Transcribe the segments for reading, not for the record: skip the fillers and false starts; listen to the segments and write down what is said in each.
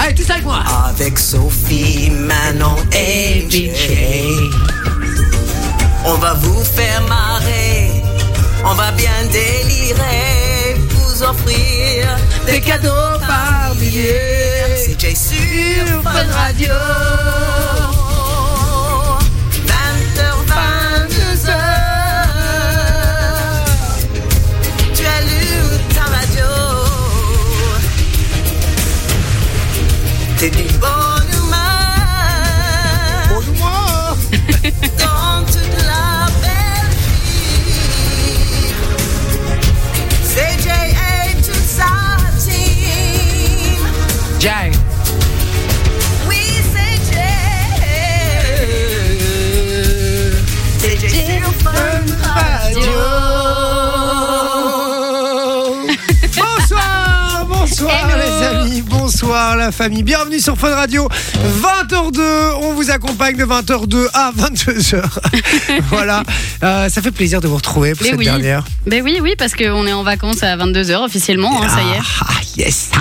Allez, tous avec moi. Avec Sophie, Manon et Jay. On va vous faire marrer, on va bien délirer, vous offrir Des cadeaux par milliers. C'est Jay sur Fun Radio. 20h, 22h. Tu allumes ta radio. T'es du bon humeur. Bon humeur. Dans toute la Belgique. C'est Jay et toute sa team. Jay. Oui, c'est Jay. C'est Jay sur Fun Radio. Bonsoir Hello. les amis, bonsoir la famille, bienvenue sur Fun Radio, 20h02, on vous accompagne de 20h02 à 22h. Voilà, ça fait plaisir de vous retrouver pour Mais cette oui. dernière. Ben oui, parce qu'on est en vacances à 22h officiellement, ça y est. Ah, yes.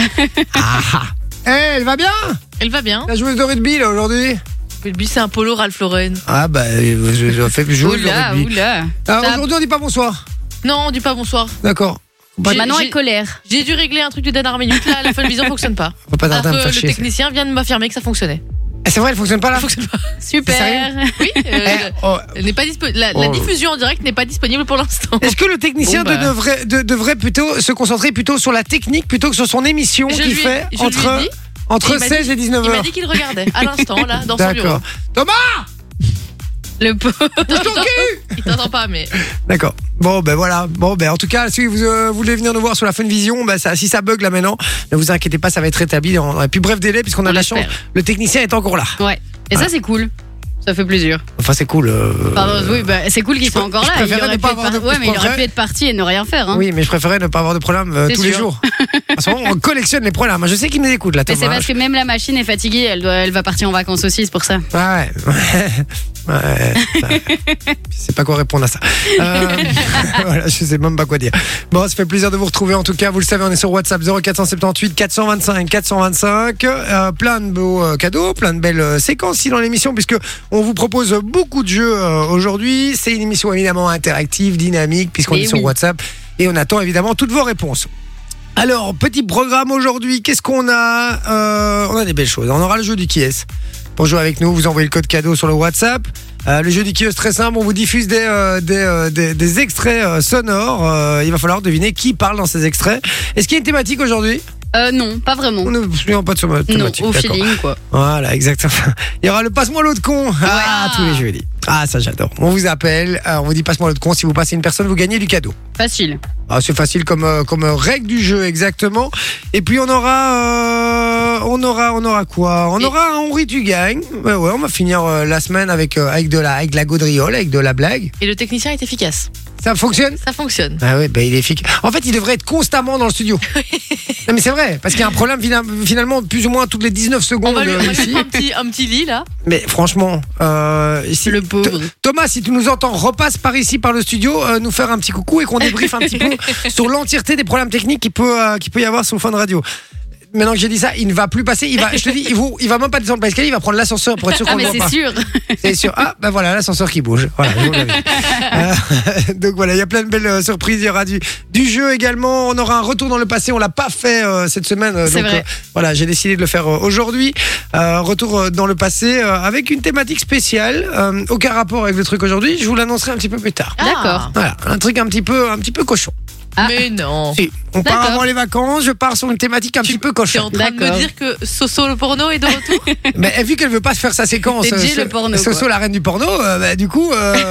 Elle va bien? Elle va bien. La joueuse de rugby là aujourd'hui? Le but, c'est un polo Ralph Lauren. Ah bah, je fais jouer de Oula, rugby. oula. Alors Ça- aujourd'hui on dit pas bonsoir. Non, on dit pas bonsoir. D'accord. J'ai- Manon j'ai- est colère. J'ai dû régler un truc de dernière minute. Là, la Fun Vision fonctionne pas. On va pas tarder à me Alors faire que le chier. technicien vient de m'affirmer que ça fonctionnait. Ah, c'est vrai, elle fonctionne pas là? Ça fonctionne pas. Super. C'est Oui. Oh. Elle n'est pas la Oh. diffusion en direct n'est pas disponible pour l'instant. Est-ce que le technicien Bon, bah. devrait plutôt se concentrer plutôt sur la technique plutôt que sur son émission Je qu'il lui ai- fait je lui ai entre dit, entre il m'a 16 dit- et 19 Il m'a heures? dit qu'il regardait à l'instant là dans son bureau. D'accord. Thomas, Le pauvre. touche ton cul. Il t'entend pas, mais D'accord. Bon ben voilà. Bon ben en tout cas, si vous voulez venir nous voir sur la Fun Vision, ben ça, si ça bug là maintenant, ne vous inquiétez pas, ça va être rétabli dans un plus bref délai puisqu'on a On de la chance. l'espère. Le technicien est encore là. Ouais. Et ça, c'est cool. Ça fait plaisir. Enfin c'est cool. Pardon, oui, bah, c'est cool qu'il soit encore je là. préférais ne aurait pas pu être avoir de- ouais, je mais il aurait préférais- pu être parti et ne rien faire. Hein. Oui, mais je préférais ne pas avoir de problème C'est tous les sûr. jours. En ce moment, on collectionne les problèmes. Je sais qu'il nous écoute là, Mais Thomas. c'est parce que même la machine est fatiguée, elle va partir en vacances aussi, c'est pour ça. Ouais. Je sais pas quoi répondre à ça. Voilà, je sais même pas quoi dire. Bon, ça fait plaisir de vous retrouver. En tout cas, vous le savez, on est sur WhatsApp 0478 425 425. Plein de beaux cadeaux, plein de belles séquences ici dans l'émission, puisque on vous propose beaucoup de jeux aujourd'hui. C'est une émission évidemment interactive, dynamique, puisqu'on Et est sur oui. WhatsApp et on attend évidemment toutes vos réponses. Alors, petit programme aujourd'hui, qu'est-ce qu'on a On a des belles choses. On aura le jeu du qui est. Pour jouer avec nous, vous envoyez le code cadeau sur le WhatsApp. Le jeu du qui est très simple, on vous diffuse des extraits sonores. Il va falloir deviner qui parle dans ces extraits. Est-ce qu'il y a une thématique aujourd'hui? Non, pas vraiment. On ne se souvient pas de Non, thématique. au d'accord. feeling, quoi. Voilà, exactement. Il y aura le passe-moi l'autre con. Ah, tous les jeudis. Ah, ça j'adore. On vous appelle, on vous dit passe-moi l'autre con. Si vous passez une personne, vous gagnez du cadeau. Facile. Ah, c'est facile comme règle du jeu, exactement. Et puis on aura quoi? On aura un Henri tu gagnes. Ouais, on va finir la semaine avec de la gaudriole, avec de la blague. et le technicien est efficace. Ça fonctionne? Ça fonctionne. Ah oui, il est efficace. En fait, il devrait être constamment dans le studio. Non, mais c'est vrai, parce qu'il y a un problème finalement plus ou moins toutes les 19 On secondes va lui ici. mettre un petit lit là. Mais franchement, si, Le pauvre. Thomas, si tu nous entends, repasse par ici, par le studio, nous faire un petit coucou et qu'on débriefe un petit peu sur l'entièreté des problèmes techniques qu'il peut y avoir sur le Fun Radio. Maintenant que j'ai dit ça, il ne va plus passer. Je te dis, il va même pas descendre l'escalier, il va prendre l'ascenseur pour être sûr qu'on Ah, le mais voit c'est pas. sûr. C'est sûr. Ah, ben voilà, l'ascenseur qui bouge. Voilà, je vous l'avais dit. Donc voilà, il y a plein de belles surprises. Il y aura du jeu également. On aura un retour dans le passé. On l'a pas fait cette semaine. C'est vrai. Voilà, j'ai décidé de le faire aujourd'hui. Retour dans le passé avec une thématique spéciale. Aucun rapport avec le truc aujourd'hui. Je vous l'annoncerai un petit peu plus tard. D'accord. Voilà, un truc un petit peu cochon. Ah. Mais non. Si, on part D'accord. avant les vacances. Je pars sur une thématique un petit peu Tu es cochon. en train de me D'accord. dire que Soso le porno est de retour? Mais vu qu'elle veut pas se faire sa séquence, C'est Jay le porno, Soso quoi. la reine du porno, du coup,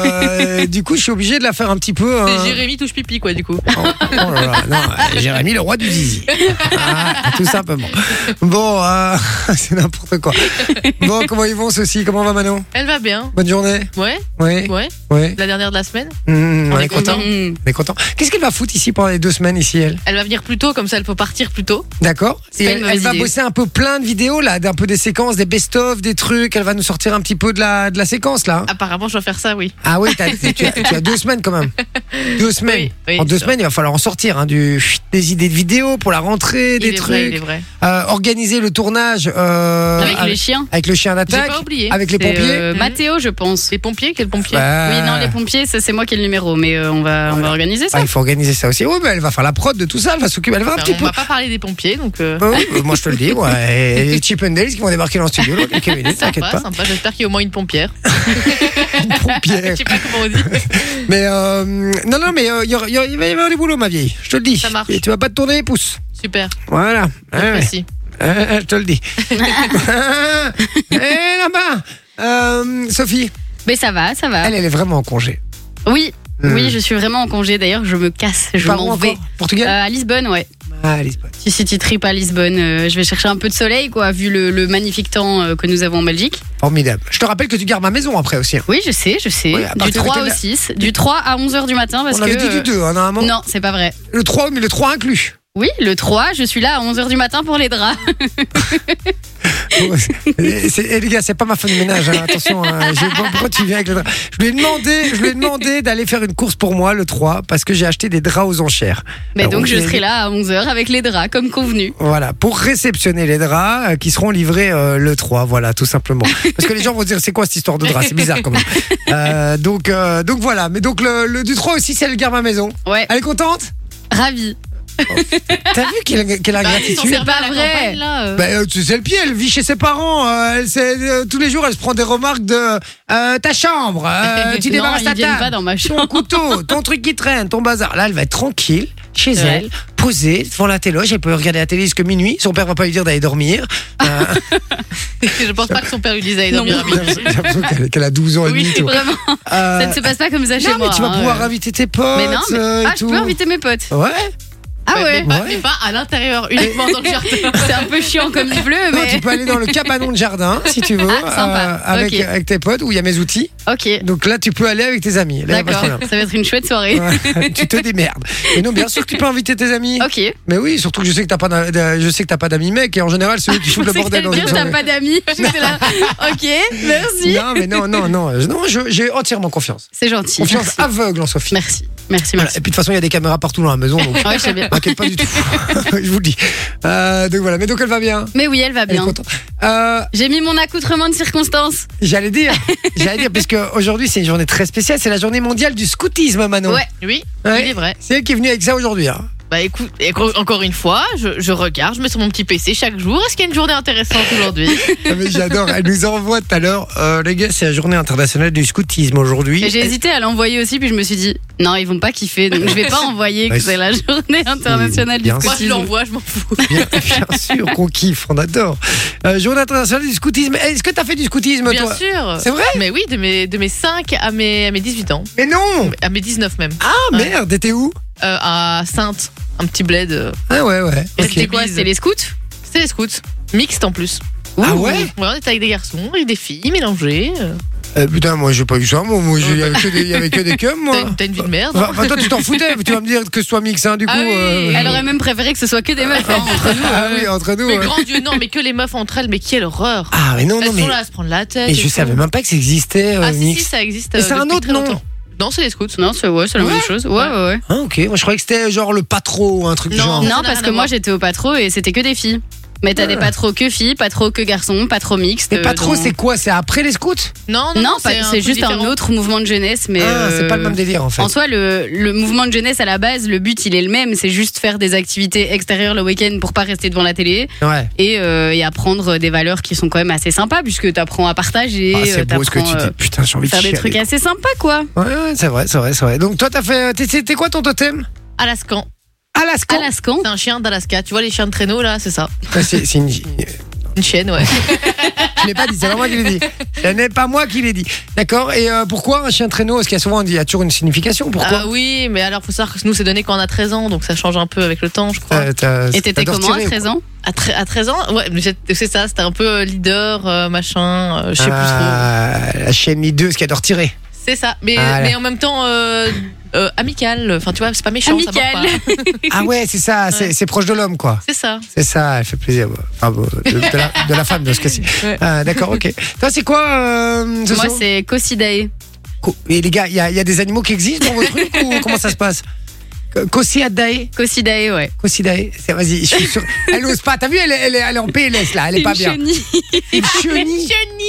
je suis obligé de la faire un petit peu. C'est Jérémy touche pipi quoi du coup. Oh là là, non, Jérémy, le roi du zizi. Ah, tout simplement. Bon, c'est n'importe quoi. Bon, comment ils vont ceux-ci? Comment va Manon? Elle va bien. Bonne journée. Ouais, Oui. ouais. Oui. La dernière de la semaine. On On est est content. content. On est content. Qu'est-ce qu'elle va foutre ici ici pendant les 2 semaines ici, elle. Elle va venir plus tôt, comme ça elle peut partir plus tôt. D'accord. C'est Et pas une elle, mauvaise va idée. bosser un peu plein de vidéos là, d'un peu des séquences, des best-of, des trucs. Elle va nous sortir un petit peu de la séquence là. Apparemment, je dois faire ça, oui. Ah oui, tu as 2 semaines quand même. 2 semaines. Oui, oui, En 2 c'est semaines, il va falloir en sortir des idées de vidéos pour la rentrée, des Il est trucs. vrai, il est vrai. Organiser le tournage Avec les chiens. avec le chien J'ai d'attaque, pas oublié. avec les C'est, pompiers. Mathéo, je pense. Les pompiers, quel pompier Bah, Oui, non, les pompiers, ça, c'est moi qui ai le numéro, mais on va organiser ça. il faut organiser ça aussi. Oui, mais elle va faire la prod de tout ça. Elle va s'occuper. Elle va un Enfin, petit on peu. va pas parler des pompiers, donc. Oui, moi je te le dis, ouais. Et les Chip and Dale qui vont débarquer dans le studio dans quelques minutes, t'inquiète Sympa, pas. sympa. J'espère qu'il y a au moins une pompière. Une pompière. Je sais pas comment on dit. Mais non, mais il va y avoir du boulot, ma vieille. Je te le dis. Ça marche. Et tu vas pas te tourner les pouces. Super. Voilà. Ouais. Merci. Je te le dis. Et là-bas, Sophie, Mais ça va, ça va. elle est vraiment en congé. Oui, Hmm. oui, je suis vraiment en congé. D'ailleurs, je me casse, je Par où m'en vais. encore Portugal À Lisbonne, ouais. Ah, Lisbonne. Petit city trip à Lisbonne. Je vais chercher un peu de soleil, quoi, vu le magnifique temps que nous avons en Belgique. Formidable. Je te rappelle que tu gardes ma maison après aussi. Hein. Oui, je sais, je sais. Ouais, à Du partir de 3 quelle au 6. Du 3 à 11h du matin, parce On avait que. dit du 2, hein, normalement. Non, c'est pas vrai. Le 3, mais le 3 inclus. Oui, le 3, je suis là à 11h du matin pour les draps. Les gars, c'est pas ma femme de ménage. Hein, attention, hein, pourquoi tu viens avec le drap? Je lui ai demandé d'aller faire une course pour moi le 3 parce que j'ai acheté des draps aux enchères. Mais Alors, donc, je j'ai- serai là à 11h avec les draps, comme convenu. Voilà, pour réceptionner les draps qui seront livrés le 3, voilà, tout simplement. Parce que les gens vont dire, c'est quoi cette histoire de draps? C'est bizarre quand même. Donc voilà, mais donc le du 3 aussi, c'est elle garde ma maison. Ouais, Elle est contente? ravi. T'as vu quelle ingratitude? C'est pas vrai. Campagne, là, Tu sais le pied, elle vit chez ses parents. Tous les jours, elle se prend des remarques de ta chambre, tu Non, débarrasses ta ils viennent pas table, dans ma ton chambre. couteau, ton truc qui traîne, ton bazar. Là, elle va être tranquille chez Ouais. elle, posée devant la téloge. Elle peut regarder la télé jusqu'à minuit. Son père va pas lui dire d'aller dormir. Je pense pas que son père lui dise d'aller Non. dormir à minuit. J'ai l'impression qu'elle a 12 ans et Oui, demi. tu vois. Vraiment, ça ne se passe pas comme ça chez non, moi. mais tu vas hein, pouvoir inviter tes potes. Mais non, mais... et Ah, je tout. peux inviter mes potes. Ouais. Ah ouais. Mais pas à l'intérieur, uniquement dans le jardin. C'est un peu chiant comme il pleut, Non, mais. tu peux aller dans le cabanon de jardin si tu veux, Ah, sympa. avec, Ok. avec tes potes où il y a mes outils. Ok. Donc là, tu peux aller avec tes amis. Là, y a pas de D'accord. problème. Ça va être une chouette soirée. Ouais, tu te démerdes. Mais non, bien sûr que tu peux inviter tes amis. Ok. Mais oui, surtout que je sais que t'as pas d'amis mecs et en général c'est eux qui foutent le C'est bordel dans dire une t'as soirée. pas d'amis. J'étais là. Ok, merci. Non, mais non, j'ai entièrement confiance. C'est gentil. Confiance Merci. aveugle en Sophie. Merci. Merci, Voilà. merci. Et puis de toute façon, il y a des caméras partout dans la maison, donc Ouais, je sais bien. t'inquiète pas du tout. Je vous le dis. Donc voilà, mais donc elle va bien. Mais oui, elle va Elle est bien. contente. J'ai mis mon accoutrement de circonstance. J'allais dire, puisque aujourd'hui c'est une journée très spéciale, c'est la journée mondiale du scoutisme, Manon. Ouais. Oui, Ouais. il est vrai. C'est elle qui est venue avec ça aujourd'hui. Hein. Bah écoute, encore une fois, je regarde, je mets sur mon petit PC chaque jour. Est-ce qu'il y a une journée intéressante aujourd'hui? Ah, mais j'adore. Elle nous envoie tout à l'heure. Les gars, c'est la journée internationale du scoutisme aujourd'hui. Et j'ai hésité à l'envoyer aussi, puis je me suis dit, non, ils vont pas kiffer, donc je vais pas envoyer que Ouais, c'est la journée internationale du bien Moi je scoutisme. l'envoie, je m'en fous. Bien sûr qu'on kiffe, on adore. Journée internationale du scoutisme. Est-ce que t'as fait du scoutisme, Bien toi? sûr. C'est vrai? Mais oui, de mes 5 à mes 18 ans. Mais non. À mes 19 même. Ah merde, t'étais où? À Sainte, un petit bled. Ah ouais. Et Ok. C'était quoi? C'était les scouts? C'était les scouts. Mixte en plus. Ah ouais? Ouais, on était avec des garçons et des filles mélangées. Putain, moi j'ai pas eu ça. Moi, il y avait que des cums, moi. T'as une vie de merde. Enfin, toi, tu t'en foutais. Tu vas me dire que ce soit mix, hein, du coup. Ah oui, Elle aurait même préféré que ce soit que des meufs, hein, entre nous. Ah oui, entre nous. Mais ouais. grand Dieu, non, mais que les meufs entre elles, mais quelle horreur. Ah, mais non, Elles mais. sont là à se prendre la tête. Et et je tout. savais même pas que ça existait, Ah si, mix. si, ça existe. Et c'est un depuis autre très nom. longtemps. Non, c'est les scouts. Non, c'est la même Ouais. chose. Ouais. Ah, ok. Moi, je croyais que c'était genre le patro ou un truc du Non. genre. Ça Non, n'a parce rien que à moi voir. j'étais au patro et c'était que des filles. Mais t'as Ah. des patros que filles, patros que garçons, patros mixtes. Mais patro, dans- c'est quoi? C'est après les scouts? Non, Non, c'est un c'est truc juste un différent. autre mouvement de jeunesse, mais Ah, c'est pas le même délire, en fait. En soi, le mouvement de jeunesse à la base, le but il est le même, c'est juste faire des activités extérieures le week-end pour pas rester devant la télé Ouais. et apprendre des valeurs qui sont quand même assez sympas puisque t'apprends à partager, Ah, c'est beau ce que tu t'apprends, dis. Putain, j'ai envie de faire des chialer. trucs assez sympas quoi. Ouais, c'est vrai. Donc, toi, t'as fait. C'était quoi ton totem? Alaskan. Alaska. Alaskan. C'est un chien d'Alaska. Tu vois les chiens de traîneau là, c'est ça. C'est une. Une chienne, ouais. Je l'ai pas dit, c'est pas moi qui l'ai dit. Ce n'est pas moi qui l'ai dit. D'accord. Et pourquoi un chien traîneau? Parce qu'il y a souvent, il y a toujours une signification. Pourquoi? Ah oui, mais alors faut savoir que nous c'est donné quand on a 13 ans, donc ça change un peu avec le temps, je crois. Et t'étais t'adores comment à tirer, 13 ans? À 13 ans, ouais, mais c'est ça, c'était un peu leader, machin, je sais plus trop. La chienne lideuse qui adore tirer. C'est ça, mais, Voilà. mais en même temps, amical. Enfin, tu vois, c'est pas méchant. ça mord Amical. pas. Ah ouais, c'est ça, c'est proche de l'homme, quoi. C'est ça. C'est ça, elle fait plaisir. Enfin, de la femme, dans ce cas-ci. Ouais. Ah, d'accord, ok. Toi, c'est quoi Soso Moi, c'est Kosidae. Et les gars, il y a des animaux qui existent dans vos trucs ou comment ça se passe Kosidae Kosidae, ouais. Kosidae Vas-y, je suis sûr. Elle ose pas. T'as vu, elle est en PLS, là. Elle est pas bien. Chenille. Une chenille.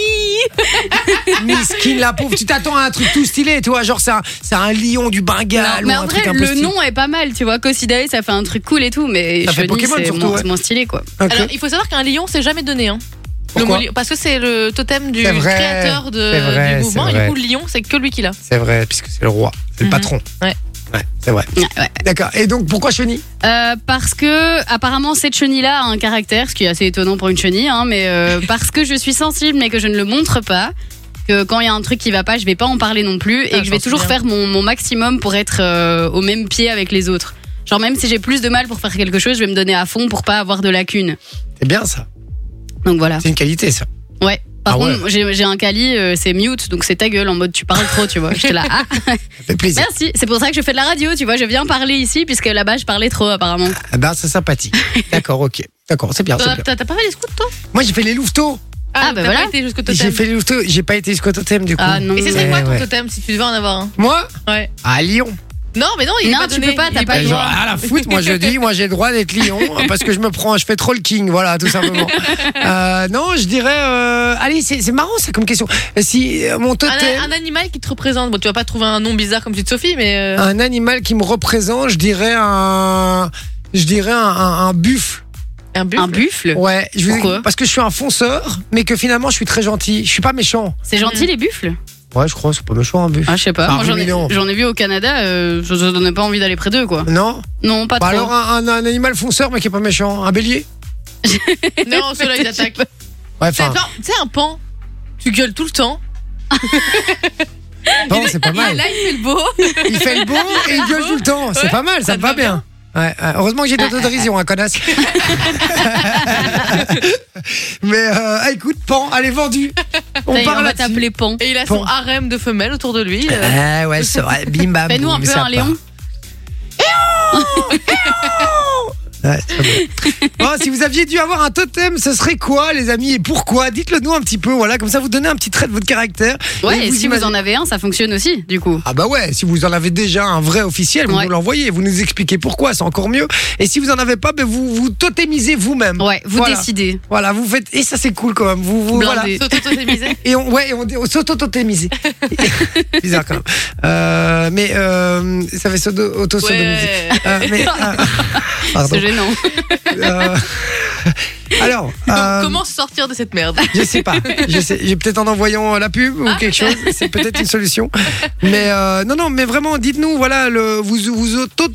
Miskin, la pauvre. Tu t'attends à un truc tout stylé, toi. Genre, c'est un lion du Bengale. Mais ou en un vrai, truc un peu le stylé. nom est pas mal, tu vois. Kosidae, ça fait un truc cool et tout, mais Ça fait chenille, Pokémon, c'est surtout, ouais. moins stylé, quoi. Ok. Alors, il faut savoir qu'un lion, c'est jamais donné. Hein. Pourquoi mot lion, parce que c'est le totem du C'est vrai, créateur c'est vrai, du mouvement. c'est Et vrai. du coup, le lion, c'est que lui qui l'a. C'est vrai, puisque c'est le roi. C'est le Mhm. patron. Ouais. Ouais, c'est vrai. Ouais, ouais. D'accord. Et donc, pourquoi chenille Parce que apparemment cette chenille-là a un caractère, ce qui est assez étonnant pour une chenille, hein, mais parce que je suis sensible mais que je ne le montre pas, que quand il y a un truc qui va pas, je vais pas en parler non plus et que je vais j'en toujours sais faire mon maximum pour être au même pied avec les autres. Genre même si j'ai plus de mal pour faire quelque chose, je vais me donner à fond pour pas avoir de lacunes. C'est bien ça. Donc voilà. C'est une qualité, ça. Ouais. Par Ah ouais. contre, j'ai un quali, c'est mute, donc c'est ta gueule en mode tu parles trop, tu vois. J'étais là, ah, Ça fait plaisir. merci. C'est pour ça que je fais de la radio, tu vois. Je viens parler ici puisque là-bas je parlais trop apparemment. Ah ben, c'est sympathique. D'accord, ok. D'accord, c'est bien. c'est bien. T'as pas fait les scouts, toi? Moi, j'ai fait les louveteaux. Ah, bah t'as voilà. pas été jusqu'au J'ai totem. fait les louveteaux. J'ai pas été jusqu'au totem, du coup. Ah non. Et ce serait quoi ton Ouais. totem si tu devais en avoir un? Moi Ouais. À Lyon. Non, mais non, il est Non, pas tu donné. peux pas, Il t'as est pas le Genre, droit. à la foot, moi je dis, moi j'ai le droit d'être lion parce que je fais trop le king, voilà, tout simplement. Non, je dirais, allez, c'est marrant ça comme question. Si mon totem, Un animal qui te représente. Bon, tu vas pas trouver un nom bizarre comme tu de Sophie, mais. un animal qui me représente, je dirais un buffle. Un buffle. Un buffle. Ouais, Pourquoi parce que je suis un fonceur, mais que finalement je suis très gentil. Je suis pas méchant. C'est gentil les buffles? Ouais, je crois, c'est pas méchant un buffle. Ah, je sais pas. Ah, Moi, mignon. j'en ai vu au Canada, je donnais pas envie d'aller près d'eux, quoi. Non. Non, pas Bah trop. alors un animal fonceur, mais qui est pas méchant. Un bélier. Non, ceux-là, ils attaquent. Ouais, C'est enfin, genre, tu sais, un pan. Tu gueules tout le temps. bon, c'est pas Et mal. là, il fait le beau. Il fait le beau et il gueule tout le temps. C'est Ouais, pas mal, ça me va bien. Ouais, heureusement que j'ai de l'autodérision, hein, connasse. Mais écoute, Pan, elle est vendue. On Ça y est, parle on va là-dessus. t'appeler Pan. Et il a Bon. son harem de femelles autour de lui. Ah ouais, c'est vrai. Bim bam. Fais-nous boum, un peu ça un part. lion. Ouais, c'est très bon. Bon, si vous aviez dû avoir un totem, ce serait quoi, les amis, et pourquoi? Dites-le nous un petit peu, voilà, comme ça vous donnez un petit trait de votre caractère. Ouais, et si vous imaginez- en avez un, ça fonctionne aussi, du coup. Ah bah ouais, si vous en avez déjà un vrai officiel, vous Ouais. nous l'envoyez, vous nous expliquez pourquoi, c'est encore mieux. Et si vous en avez pas, ben vous totémisez vous-même. Ouais, vous Voilà. décidez. Voilà, vous faites, et ça c'est cool quand même. Vous voilà. Blindé. S'auto-totémiser. Et on s'auto-totémiser. Bizarre quand même. Mais ça fait auto-sodomiser. Ouais. Pardon. C'est gênant. Euh, alors, Comment se sortir de cette merde? je sais pas. J'ai peut-être en envoyant la pub ou quelque chose. C'est peut-être une solution. Mais non, mais vraiment, dites-nous, voilà, vous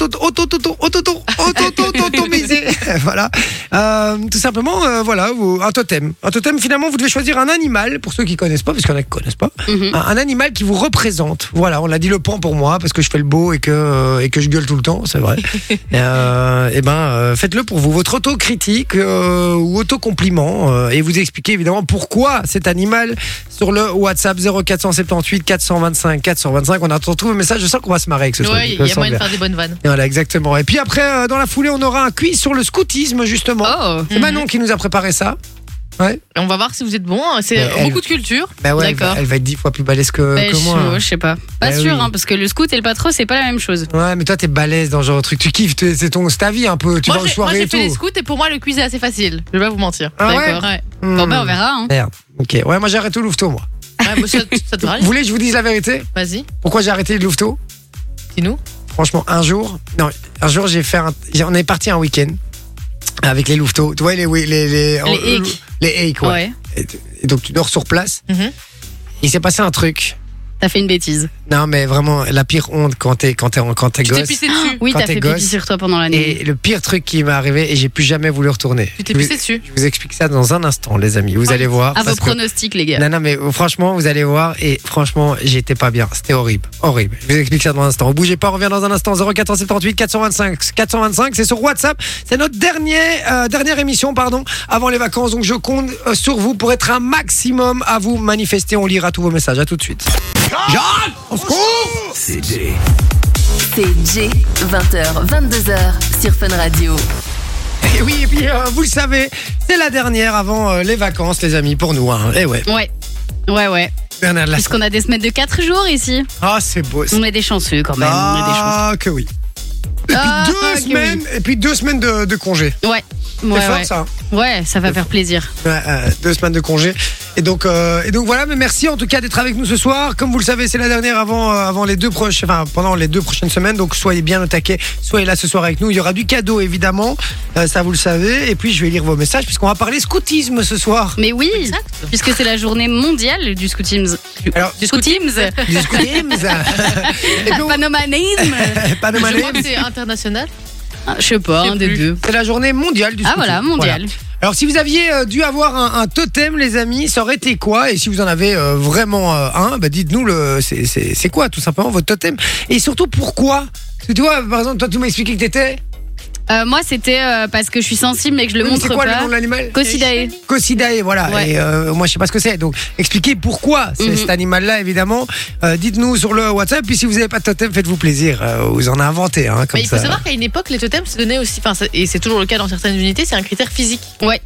automisez. Voilà. Tout simplement, voilà, un totem. Un totem, finalement, vous devez choisir un animal, pour ceux qui connaissent pas, parce qu'il y en a qui connaissent pas. Mhm. Un animal qui vous représente. Voilà, on l'a dit le pan pour moi, parce que je fais le beau et que je gueule tout le temps, c'est vrai. Et faites-le pour vous. Votre autocritique ou autocompliment et vous expliquez évidemment pourquoi cet animal sur le WhatsApp 0478 425 425. On attend tous vos messages. Je sens qu'on va se marrer avec ce truc. Ouais, il Je y sens a moyen de bien. faire des bonnes vannes. Voilà, exactement. Et puis après, dans la foulée, on aura un quiz sur le scoutisme, justement. Oh. C'est Manon qui nous a préparé ça. Ouais. Et on va voir si vous êtes bon. C'est Mais beaucoup de culture. Bah ouais, D'accord. elle va être 10 fois plus balèze que Ben, moi. je sais pas. Pas Bah sûr, oui. hein, parce que le scout et le patro, c'est pas la même chose. Ouais, mais toi, t'es balèze dans ce genre de truc. Tu kiffes, c'est ta vie un peu. Tu vas aux Moi, soirées j'ai et fait les tout. scouts et pour moi, le quiz est assez facile. Je vais pas vous mentir. Ah ouais D'accord. Ouais. Bon, ben, on verra. Hein. Merde. Ok. Ouais, moi, j'ai arrêté le louveteau, moi. Ouais, bah, ça devrait Vous aller. voulez que je vous dise la vérité? Vas-y, Pourquoi j'ai arrêté le louveteau? dis-nous. Franchement, un jour, j'ai fait on est parti un week-end avec les louveteaux. Tu vois, les haiks. Les haiks, ouais. Ouais. Et donc, tu dors sur place. Mhm. Il s'est passé un truc. T'as fait une bêtise. Non, mais vraiment, la pire honte quand t'es Tu t'es gosse. pissé dessus. Oui, Quand t'as t'es fait gosse. pipi sur toi pendant la nuit. Et le pire truc qui m'est arrivé, et j'ai plus jamais voulu retourner. Tu t'es Je vous- pissé dessus. Je vous explique ça dans un instant, les amis. Vous allez voir. À vos parce que- pronostics, les gars. Non, mais franchement, vous allez voir. Et franchement, j'étais pas bien. C'était horrible. Horrible. Je vous explique ça dans un instant. Bougez pas, on revient dans un instant. 0478 425 425. C'est sur WhatsApp. C'est notre dernière émission, pardon, avant les vacances. Donc, je compte sur vous pour être un maximum à vous manifester. On lira tous vos messages. À tout de suite. Jeanne, on se couvre. C'est Jay. C'est Jay, 20h, 22h sur Fun Radio. Et oui, et puis vous le savez, c'est la dernière avant les vacances, les amis, pour nous. Hein. Et ouais, Ouais. dernière de la Puisqu'on a des semaines de 4 jours ici. Ah, c'est beau. On est des chanceux quand même. On est des chanceux. Ah, que oui. Et puis Ah, deux que semaines, et puis 2 semaines de congé. Ouais. C'est Ouais, fort, ouais. ça. Ouais, ça va faire plaisir. Ouais, 2 semaines de congé. Et donc voilà, mais merci en tout cas d'être avec nous ce soir. Comme vous le savez, c'est la dernière avant les pendant les 2 prochaines semaines. Donc soyez bien au taquet, soyez là ce soir avec nous. Il y aura du cadeau évidemment, ça vous le savez. Et puis je vais lire vos messages puisqu'on va parler scoutisme ce soir. Mais oui, Exact. puisque c'est la journée mondiale du scoutisme. Alors, Du scoutisme. du scoutisme. Et puis, Panomanisme. pas de Je malais. crois que c'est international. Je sais pas, Je sais un des plus. deux. C'est la journée mondiale du Ah scoutisme. voilà, mondial. Alors si vous aviez dû avoir un totem les amis, ça aurait été quoi? Et si vous en avez vraiment un, bah dites-nous c'est quoi tout simplement votre totem? Et surtout pourquoi? Parce que tu vois, par exemple, toi tu m'as expliqué que t'étais. Moi, c'était parce que je suis sensible et que je le C'est montre quoi le pas. nom de l'animal? Cocidae. Cocidae, voilà. Ouais. Et moi je sais pas ce que c'est. Donc expliquez pourquoi c'est Mhm. cet animal-là évidemment. Dites-nous sur le WhatsApp. Puis si vous n'avez pas de totem, faites-vous plaisir. Vous en avez inventé comme Mais il faut ça. savoir qu'à une époque, les totems se donnaient aussi, et c'est toujours le cas dans certaines unités, c'est un critère physique. Ouais.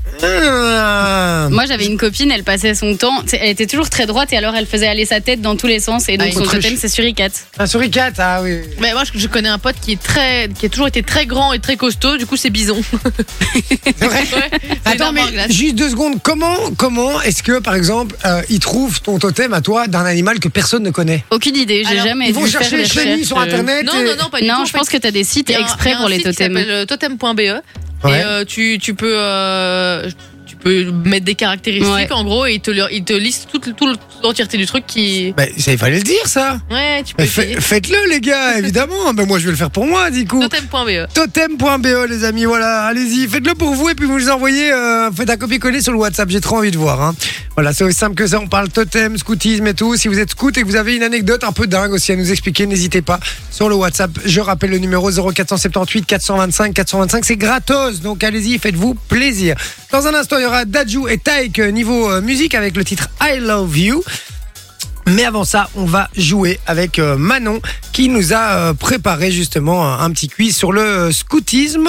Ah. Moi, j'avais une copine, elle passait son temps. Elle était toujours très droite et alors elle faisait aller sa tête dans tous les sens. Et donc Ah, son autruche. totem, c'est suricate. Un suricate, ah oui. Mais moi, je connais un pote qui a toujours été très grand et très costaud, du coup, c'est bison. C'est vrai. Ouais, c'est Attends, une armoire mais à glace. juste 2 secondes. Comment est-ce que, par exemple, ils trouvent ton totem à toi d'un animal que personne ne connaît? Aucune idée, j'ai Alors, jamais Ils vont dû faire chercher des les chenilles recherches. sur Internet. Non, et- non, non, pas du tout. Non, En je fait, pense que t'as des sites il y a un- exprès il y a pour un les site qui totems. s'appelle totem.be Ouais. et tu peux mettre des caractéristiques Ouais. en gros et il te liste toute l'entièreté du truc qui. Ben, ça, il fallait le dire, ça. Ouais, tu peux Mais essayer. faites-le, les gars, évidemment. Ben, moi, je vais le faire pour moi, du coup. Totem.be. Totem.be, les amis, voilà, allez-y, faites-le pour vous et puis vous nous envoyez, faites un copier-coller sur le WhatsApp, j'ai trop envie de voir. Hein. Voilà, c'est aussi simple que ça, on parle totem, scoutisme et tout. Si vous êtes scout et que vous avez une anecdote un peu dingue aussi à nous expliquer, n'hésitez pas sur le WhatsApp. Je rappelle le numéro 0478 425 425, c'est gratos, donc allez-y, faites-vous plaisir. Dans un instant, il y aura Dadju et Taïk niveau musique avec le titre I Love You. Mais avant ça, on va jouer avec Manon qui nous a préparé justement un petit quiz sur le scoutisme.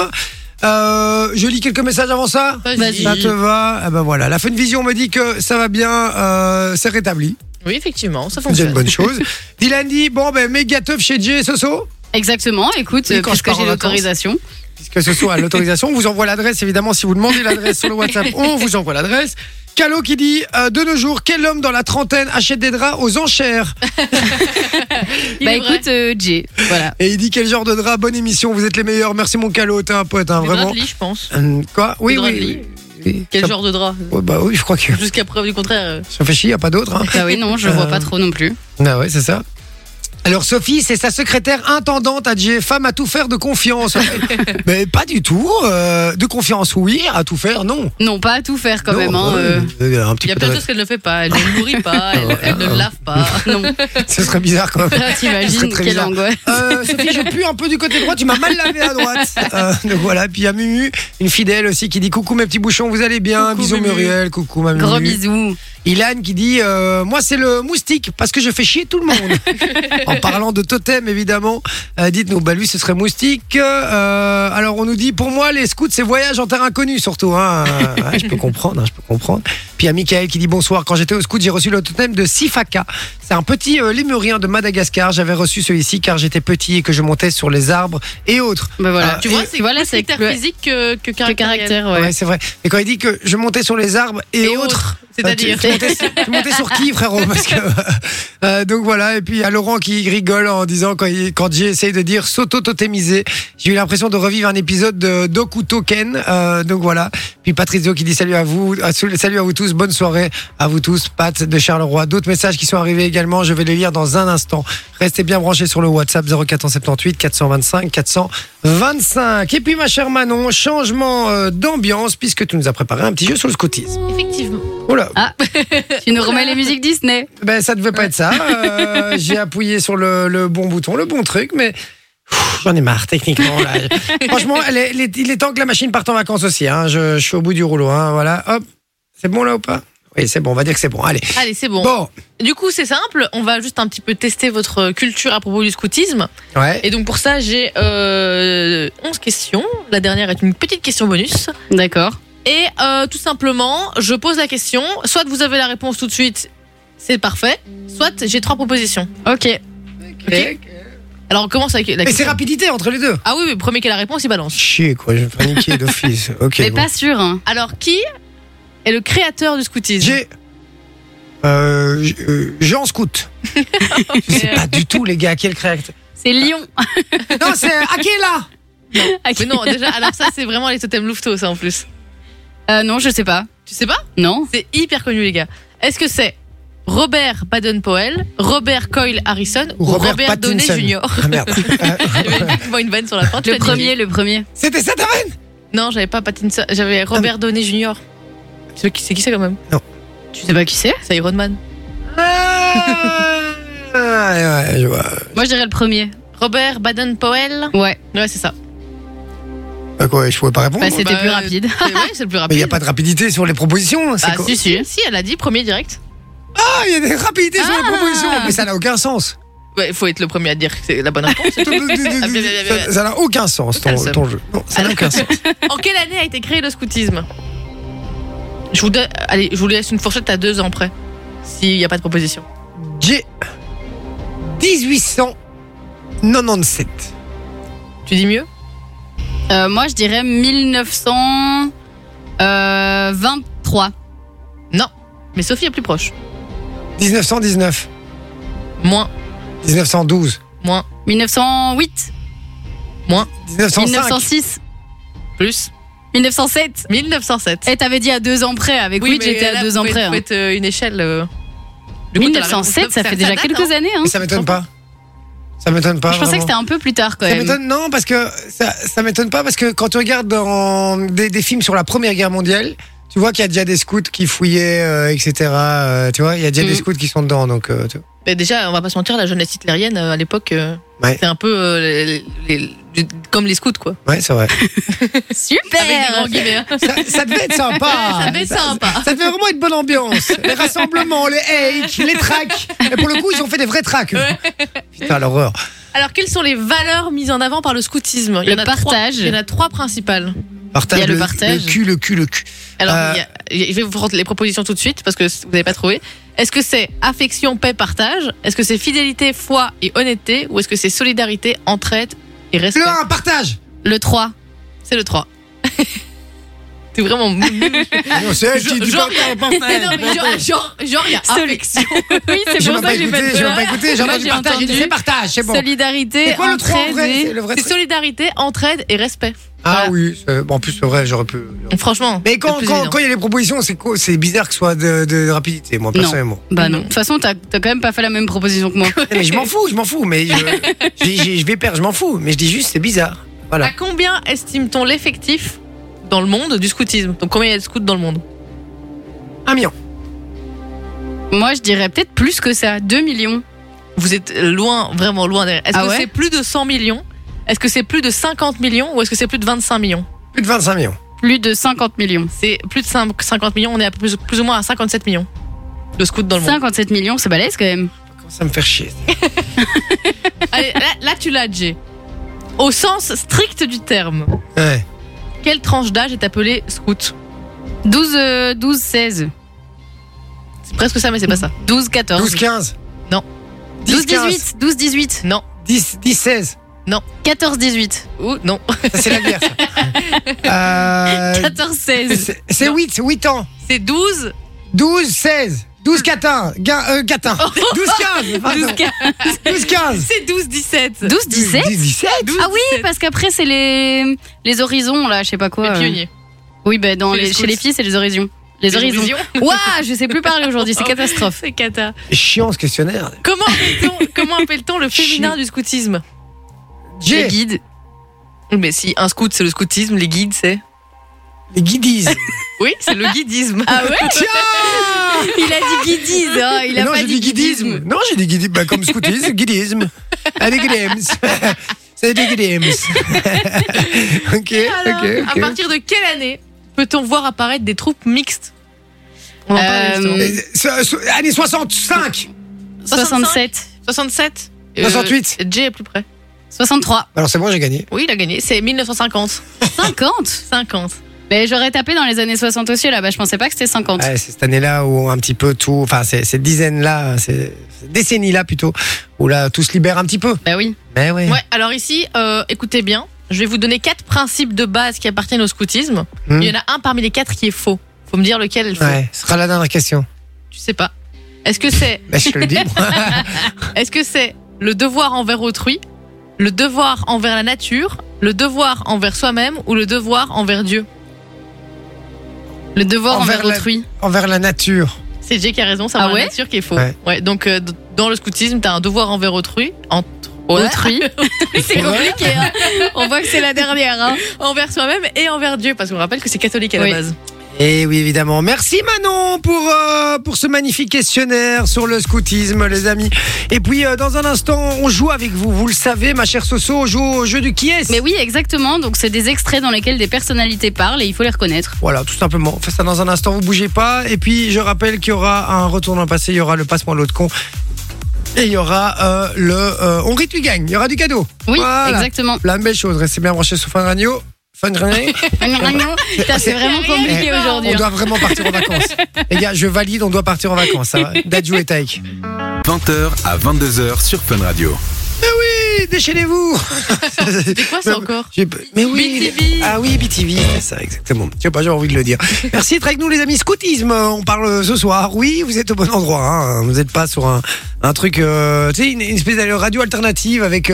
Je lis quelques messages avant ça. Vas-y. Ça te va? Ah ben voilà, la Funvision me dit que ça va bien, c'est rétabli. Oui, effectivement, ça C'est fonctionne. une bonne chose. Dylan dit bon ben méga teuf chez Jay et Soso. Exactement, écoute, Oui, quand je puisque pars en j'ai vacances. l'autorisation. Puisque Soso a l'autorisation, on vous envoie l'adresse évidemment. Si vous demandez l'adresse sur le WhatsApp, on vous envoie l'adresse. Calo qui dit de nos jours, quel homme dans la trentaine achète des draps aux enchères? Il Bah est vrai. écoute, Jay, voilà. Et il dit quel genre de drap? Bonne émission, vous êtes les meilleurs. Merci mon Calo, t'es un pote, hein, Des draps vraiment. de lit, je pense. Quoi? Oui, Des draps de oui. lit. oui. Quel Ça- genre de drap Ouais, bah oui, je crois que Jusqu'à preuve du contraire. ça fait chier, y a pas d'autre. Hein. Bah oui, non, je vois pas trop non plus. Ah ouais, c'est ça. Alors Sophie, c'est sa secrétaire intendante à Jay, femme à tout faire de confiance. Mais pas du tout. De confiance, oui. À tout faire, non. Non, pas à tout faire quand Non, même. Hein, un petit Il y a peu plein de de... choses qu'elle ne fait pas. Elle ne nourrit pas, elle ne lave pas. non, Ce serait bizarre quand même. Ce serait t'imagines très quelle bizarre. angoisse. Sophie, je pue un peu du côté droit, tu m'as mal lavé à droite. Donc voilà, puis il y a Mumu, une fidèle aussi, qui dit coucou mes petits bouchons, vous allez bien? Coucou, Bisous Mumu. Muriel, coucou ma Gros Mumu. bisous. Ilan qui dit moi c'est le moustique parce que je fais chier tout le monde. En parlant de totem évidemment, dites-nous, bah lui ce serait moustique. Alors on nous dit pour moi les scouts c'est voyage en terre inconnue surtout. Hein. Ouais, je peux comprendre, je peux comprendre. Puis il y a Michael qui dit bonsoir. Quand j'étais au scout j'ai reçu le totem de Sifaka. C'est un petit lémurien de Madagascar. J'avais reçu celui-ci car j'étais petit et que je montais sur les arbres et autres. Bah voilà. Tu vois, et- c'est voilà, plus c'est critère le- physique que Le caractère. caractère, Ouais, ouais. c'est vrai. Et quand il dit que je montais sur les arbres et, Et autres. autres, c'est-à-dire Tu montais sur qui, frérot? Parce que, donc voilà. Et puis il y a Laurent qui rigole en disant quand Jay essaye de dire s'auto-totémiser, j'ai eu l'impression de revivre un épisode de Doku Token. Donc voilà. Puis Patrizio qui dit salut à vous, salut à vous tous, bonne soirée à vous tous. Pat de Charleroi. D'autres messages qui sont arrivés également. Je vais les lire dans un instant. Restez bien branchés sur le WhatsApp 0478 425 425. Et puis ma chère Manon, changement d'ambiance puisque tu nous as préparé un petit jeu sur le scoutisme. Effectivement. Oula. Tu nous remets les musiques Disney. Ben, ça devait pas être ça. J'ai appuyé sur le bon bouton, le bon truc, mais j'en ai marre techniquement. Là. Franchement, il est temps que la machine parte en vacances aussi. Hein. Je suis au bout du rouleau. Hein. Voilà, hop. C'est bon là ou pas? Oui, c'est bon, on va dire que c'est bon. Allez. Allez, c'est bon. Bon, Du coup, c'est simple. On va juste un petit peu tester votre culture à propos du scoutisme. ouais. Et donc, pour ça, j'ai 11 questions. La dernière est une petite question bonus. D'accord. Et tout simplement, je pose la question. Soit vous avez la réponse tout de suite, c'est parfait. Soit j'ai 3 propositions. Ok. Ok. Alors, on commence avec la Mais c'est question. rapidité entre les deux. Ah oui, mais le premier qui a la réponse, il balance. Chier, quoi, je vais me paniquer d'office. Ok. Mais bon. pas sûr. Hein. Alors, qui est le créateur du scoutisme? J'ai. Jean Scout. Je sais pas du tout, les gars, quel créateur. C'est Lyon. Non, c'est Akela. Mais non, déjà, alors ça, c'est vraiment les totems louveteaux, ça en plus. Non, je sais pas. Tu sais pas? Non. C'est hyper connu, les gars. Est-ce que c'est Robert Baden-Powell, Robert Coyle Harrison ou Robert Downey Pattinson. Jr.? Ah merde. J'avais effectivement une vanne sur la fin. tu Le l'as dit. premier. C'était ça ta vanne? Non, j'avais pas Pattinson, j'avais Robert Downey Jr. C'est qui c'est quand même? Tu sais pas qui c'est? C'est Iron Man. Ouais, je vois. Moi, je dirais le premier. Robert Baden-Powell. Ouais. Ouais, c'est ça. Bah quoi, je pouvais pas répondre. Bah, c'était Bah, plus rapide. Ouais, c'est le plus Mais rapide. il n'y a pas de rapidité sur les propositions. C'est Ah, quoi si, elle a dit premier direct. Ah, il y a des rapidités sur les Ah. propositions. Mais ça n'a aucun sens. Ouais, faut être le premier à dire que c'est la bonne réponse. Ça n'a aucun sens, ton jeu. Non, ça n'a aucun sens. En quelle année a été créé le scoutisme? Allez, je vous laisse une fourchette à 2 ans près. S'il n'y a pas de proposition. J'ai 1897. Tu dis mieux? Moi, je dirais 1923. Non. Mais Sophie est plus proche. 1919. Moins. 1912. Moins. 1908. Moins. 1905. 1906. Plus. 1907. 1907. Et t'avais dit à 2 ans près. Avec oui, mais j'étais là, à 2 ans vous près. hein. faites une échelle. Du coup, t'as la réponse. 1907, ça fait déjà date, quelques hein. années. Hein. Mais ça m'étonne pas. Ça m'étonne pas. Je pensais que vraiment. c'était un peu plus tard quand Ça même. m'étonne, non, parce que ça m'étonne pas, parce que quand tu regardes dans des films sur la Première Guerre mondiale, tu vois qu'il y a déjà des scouts qui fouillaient, etc. Tu vois, il y a déjà des scouts qui sont dedans, donc. Tu vois. Mais déjà, on va pas se mentir, la jeunesse hitlérienne à l'époque, Ouais. c'était un peu comme les scouts, quoi. Ouais, c'est vrai. Super. Avec des grands guillemets. hein. Ça devait être sympa. Ça devait être sympa. Ça devait vraiment être bonne ambiance. Les rassemblements, les hikes, les tracks. Et pour le coup, ils ont fait des vrais tracks. eux. Putain, l'horreur. Alors, quelles sont les valeurs mises en avant par le scoutisme? Le partage. Il y en a 3 principales. Partage, Il y a le partage. Le cul. Alors, je vais vous prendre les propositions tout de suite parce que vous n'avez pas trouvé. Est-ce que c'est affection, paix, partage? Est-ce que c'est fidélité, foi et honnêteté? Ou est-ce que c'est solidarité, entraide et respect? Le 1, partage. Le 3. C'est le 3. T'es vraiment. Non, c'est elle qui dit Genre, partage. Mais non, mais genre, il y a affection. Oui, c'est J'ai pour même ça pas que j'ai écouté, fait j'ai le même pas écouté, j'ai Moi, entendu j'ai partage, j'ai dit entendu c'est partage, c'est bon. Solidarité, C'est quoi le 3 en vrai? entraide C'est le vrai C'est truc. solidarité, entraide et respect. Ah Voilà. oui, bon, en plus c'est vrai, j'aurais pu. Franchement. Mais c'est quand plus quand évident. quand il y a les propositions, c'est bizarre que ce soit de rapidité, moi personnellement. Bah non. De toute façon, t'as quand même pas fait la même proposition que moi. Mais je m'en fous, mais je vais perdre, je m'en fous, mais je dis juste c'est bizarre. Voilà. À combien estime-t-on l'effectif dans le monde du scoutisme? Donc combien il y a de scouts dans le monde? 1 million. Moi, je dirais peut-être plus que ça. 2 millions. Vous êtes loin, vraiment loin derrière. Est-ce Ah que ouais c'est plus de 100 millions? Est-ce que c'est plus de 50 millions? Ou est-ce que c'est plus de 25 millions? Plus de 25 millions. Plus de 50 millions. C'est plus de 50 millions, on est à plus ou moins à 57 millions de scouts dans le monde. 57 millions, c'est balèze quand même. Comment ça me faire chier. Allez, là tu l'as, Jay. Au sens strict du terme, Ouais. quelle tranche d'âge est appelée scout? 12, 16. C'est presque ça, mais c'est pas ça. 12, 14. 12 15. Non. 12, 15. 18. 12, 18. Non. 10 16. 14, 18. Ou non. Ça c'est la guerre. Ça. 14, 16. C'est 8 ans. C'est 12. 12 16. 12 Catin. Catin. 12 15. pardon. 12, 15. 12 15. C'est 12, 17. 12, 17. 17. 12, Ah oui, 17. parce qu'après, c'est les horizons, là, je sais pas quoi. Les pionniers. Oui, bah, C'est les chez les scouts. filles, c'est les horizons. Les horizons. horizons. Ouah, je sais plus parler aujourd'hui, c'est catastrophe. C'est cata. C'est chiant ce questionnaire. Comment appelle-t-on le féminin du scoutisme? Les J'ai guides. Mais si un scout c'est le scoutisme, les guides c'est. les guidises. Oui, c'est le guidisme. Ah ouais Tiens. Il a dit guidise, hein, il a non, pas j'ai dit dit guidisme. Non, j'ai dit guidisme. Bah, comme scoutisme, guidisme. Ah, des guidims. C'est des guidims. Ok, Alors, ok. à partir de quelle année peut-on voir apparaître des troupes mixtes? On en parle justement. Années 65. 67. 67. 68. Jay est plus près. 63. Alors c'est bon, j'ai gagné. Oui, il a gagné. C'est 1950. 50. 50. Mais j'aurais tapé dans les années 60 aussi là-bas. Je pensais pas que c'était 50. Ouais, c'est cette année-là où un petit peu tout, enfin cette dizaine-là, cette décennie-là plutôt, où là tout se libère un petit peu. Bah oui. Mais ouais. Ouais, alors ici, écoutez bien. Je vais vous donner 4 principes de base qui appartiennent au scoutisme. Hmm. Il y en a un parmi les 4 qui est faux. Faut me dire lequel est le faux. Ouais, ce sera la dernière question. Tu sais pas. Est-ce que c'est Bah, je te le dis. moi. Est-ce que c'est le devoir envers autrui, le devoir envers la nature, le devoir envers soi-même ou le devoir envers Dieu? Le devoir Envers envers la- autrui. Envers la nature. C'est Jay qui a raison, c'est Ah la ouais nature qui est faux. Ouais. Ouais, donc dans le scoutisme, t'as un devoir envers autrui, Autrui. C'est Ouais. compliqué. Hein. On voit que c'est la dernière. Hein. envers soi-même et envers Dieu, parce qu'on rappelle que c'est catholique à Oui. la base. Et oui, évidemment. Merci Manon pour ce magnifique questionnaire sur le scoutisme, les amis. Et puis, dans un instant, on joue avec vous. Vous le savez, ma chère Soso, on joue au jeu du qui est. Mais oui, exactement. Donc c'est des extraits dans lesquels des personnalités parlent et il faut les reconnaître. Voilà, tout simplement. On fait ça dans un instant, vous bougez pas. Et puis, je rappelle qu'il y aura un retour dans le passé, il y aura le passe-moi l'autre con. Et il y aura on rit, tu gagnes. Il y aura du cadeau. Oui, Voilà. exactement. La même chose. Restez bien branchés sur Fun Radio. Fun Radio. Putain, c'est vraiment compliqué aujourd'hui. On hein. doit vraiment partir en vacances. Les gars, je valide, on doit partir en vacances. Ça va. Dadju et Taïk. 20h à 22h sur Fun Radio. Oui, déchaînez-vous. C'était quoi ça encore? Mais oui. BTV. Ah oui, BTV, c'est ça, exactement. Je sais pas, j'ai envie de le dire. Merci d'être avec nous, les amis. Scoutisme, on parle ce soir. Oui, vous êtes au bon endroit. Hein. Vous n'êtes pas sur un truc, tu sais, une espèce de radio alternative avec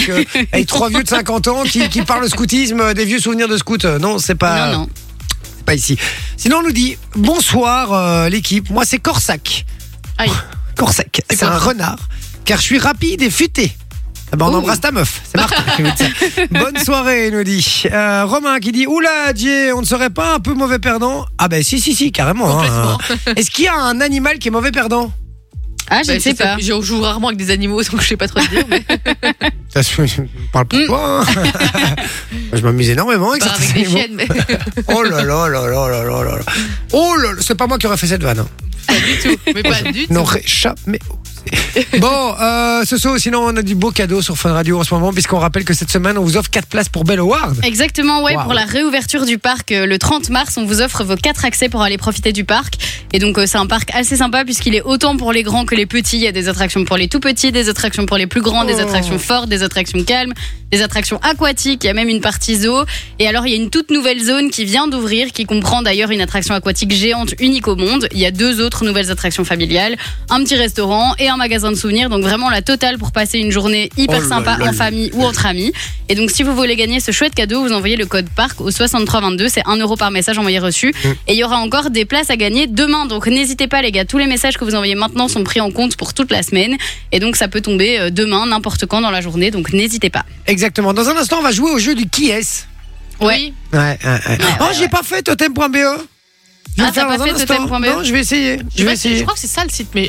3 vieux de 50 ans qui parlent scoutisme, des vieux souvenirs de scout. Non, c'est pas. Non, non. C'est pas ici. Sinon, on nous dit bonsoir, l'équipe. Moi, c'est Corsac. Aïe. Corsac, c'est quoi un ça renard, car je suis rapide et futé. Ah ben, on Ouh. embrasse ta meuf, c'est Martin qui nous dit ça. Bonne soirée, nous dit. Romain qui dit oula, Dieu, on ne serait pas un peu mauvais perdant? Ah ben si, carrément. Complètement. Est-ce qu'il y a un animal qui est mauvais perdant? Ah, je Bah, ne sais pas. Je joue rarement avec des animaux, donc je sais pas trop te dire. Mais Ça, je parle pour toi. Hein. Moi, je m'amuse énormément avec pas certains avec des animaux. chiennes, mais Oh là là là là là là là. Oh là là, c'est pas moi qui aurais fait cette vanne. Hein. pas du tout. Mais pas du tout. N'aurait jamais osé. Bon, ce soir, sinon, on a du beau cadeau sur Fun Radio en ce moment, puisqu'on rappelle que cette semaine, on vous offre 4 places pour Bell Award. Exactement, ouais, Wow. pour la réouverture du parc le 30 mars, on vous offre vos 4 accès pour aller profiter du parc. Et donc c'est un parc assez sympa puisqu'il est autant pour les grands que les petits. Il y a des attractions pour les tout petits, des attractions pour les plus grands, des Oh. attractions fortes, des attractions calmes, des attractions aquatiques. Il y a même une partie zoo. Et alors il y a une toute nouvelle zone qui vient d'ouvrir, qui comprend d'ailleurs une attraction aquatique géante unique au monde. Il y a 2 autres nouvelles attractions familiales, un petit restaurant et un magasin de souvenirs. Donc vraiment la totale pour passer une journée hyper Oh là sympa là en là. famille ou entre amis. Et donc si vous voulez gagner ce chouette cadeau, vous envoyez le code PARC au 6322. C'est 1 € par message envoyé reçu. Et il y aura encore des places à gagner demain. Donc n'hésitez pas les gars, tous les messages que vous envoyez maintenant sont pris en compte pour toute la semaine. Et donc ça peut tomber demain, n'importe quand dans la journée. Donc n'hésitez pas. Exactement. Dans un instant, on va jouer au jeu du qui est. Oui. Ouais. Oh, j'ai pas fait totem.be. Je vais Ah, le t'as faire pas dans fait un instant. totem.be? Non, je vais essayer. Je vais Je essayer. crois que c'est ça le site, mais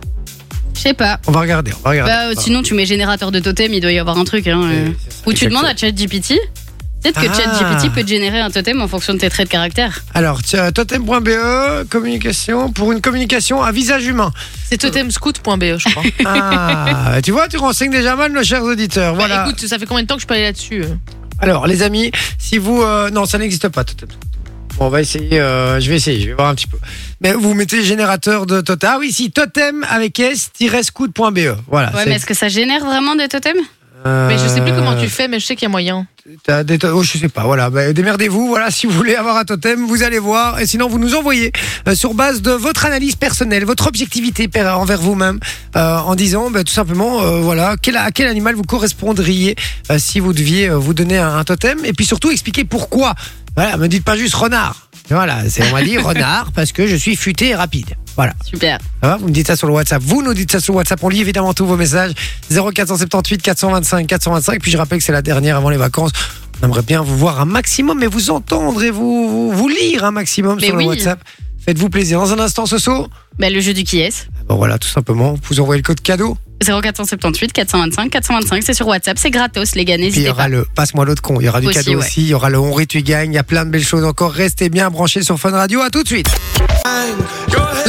Je sais pas. On va regarder. Bah, sinon tu mets générateur de totem, il doit y avoir un truc. Hein, Ou tu demandes à ChatGPT. Peut-être que Ah. ChatGPT peut te générer un totem en fonction de tes traits de caractère. Alors, totem.be, communication, pour une communication à visage humain. c'est totemscout.be, je crois. Ah, tu vois, tu renseignes déjà mal nos chers auditeurs. Voilà. Bah, écoute, ça fait combien de temps que je peux aller là-dessus Alors, les amis, si vous. Non, ça n'existe pas, totem. Bon, on va essayer. Je vais essayer, je vais voir un petit peu. Mais vous mettez générateur de totem. Ah oui, si, totem avec s-scout.be. Voilà. Ouais, mais est-ce que ça génère vraiment des totems? Mais je sais plus comment tu fais, mais je sais qu'il y a moyen. Oh, je sais pas, voilà. Bah, démerdez-vous, voilà. Si vous voulez avoir un totem, vous allez voir. Et sinon, vous nous envoyez sur base de votre analyse personnelle, votre objectivité envers vous-même, en disant tout simplement, voilà, à quel animal vous correspondriez si vous deviez vous donner un totem. Et puis surtout, expliquer pourquoi. Voilà, me dites pas juste renard. Voilà, on m'a dit renard parce que je suis futé et rapide. Voilà. Super. Ça va, vous me dites ça sur le WhatsApp. Vous nous dites ça sur le WhatsApp. On lit évidemment tous vos messages. 0478 425 425. Puis je rappelle que c'est la dernière avant les vacances. On aimerait bien vous voir un maximum, mais vous entendre et vous lire un maximum Mais sur oui. le WhatsApp. Faites-vous plaisir. Dans un instant, ce saut. Bah, le jeu du qui est. Bon, voilà, tout simplement. Vous envoyez le code cadeau. 0478 425 425, c'est sur WhatsApp, c'est gratos les gars, Puis il y n'hésitez aura pas. le passe-moi l'autre con. Il y aura du Aussi, cadeau ouais. aussi. Il y aura le on rit, tu gagnes. Il y a plein de belles choses encore. Restez bien branchés sur Fun Radio. À tout de suite.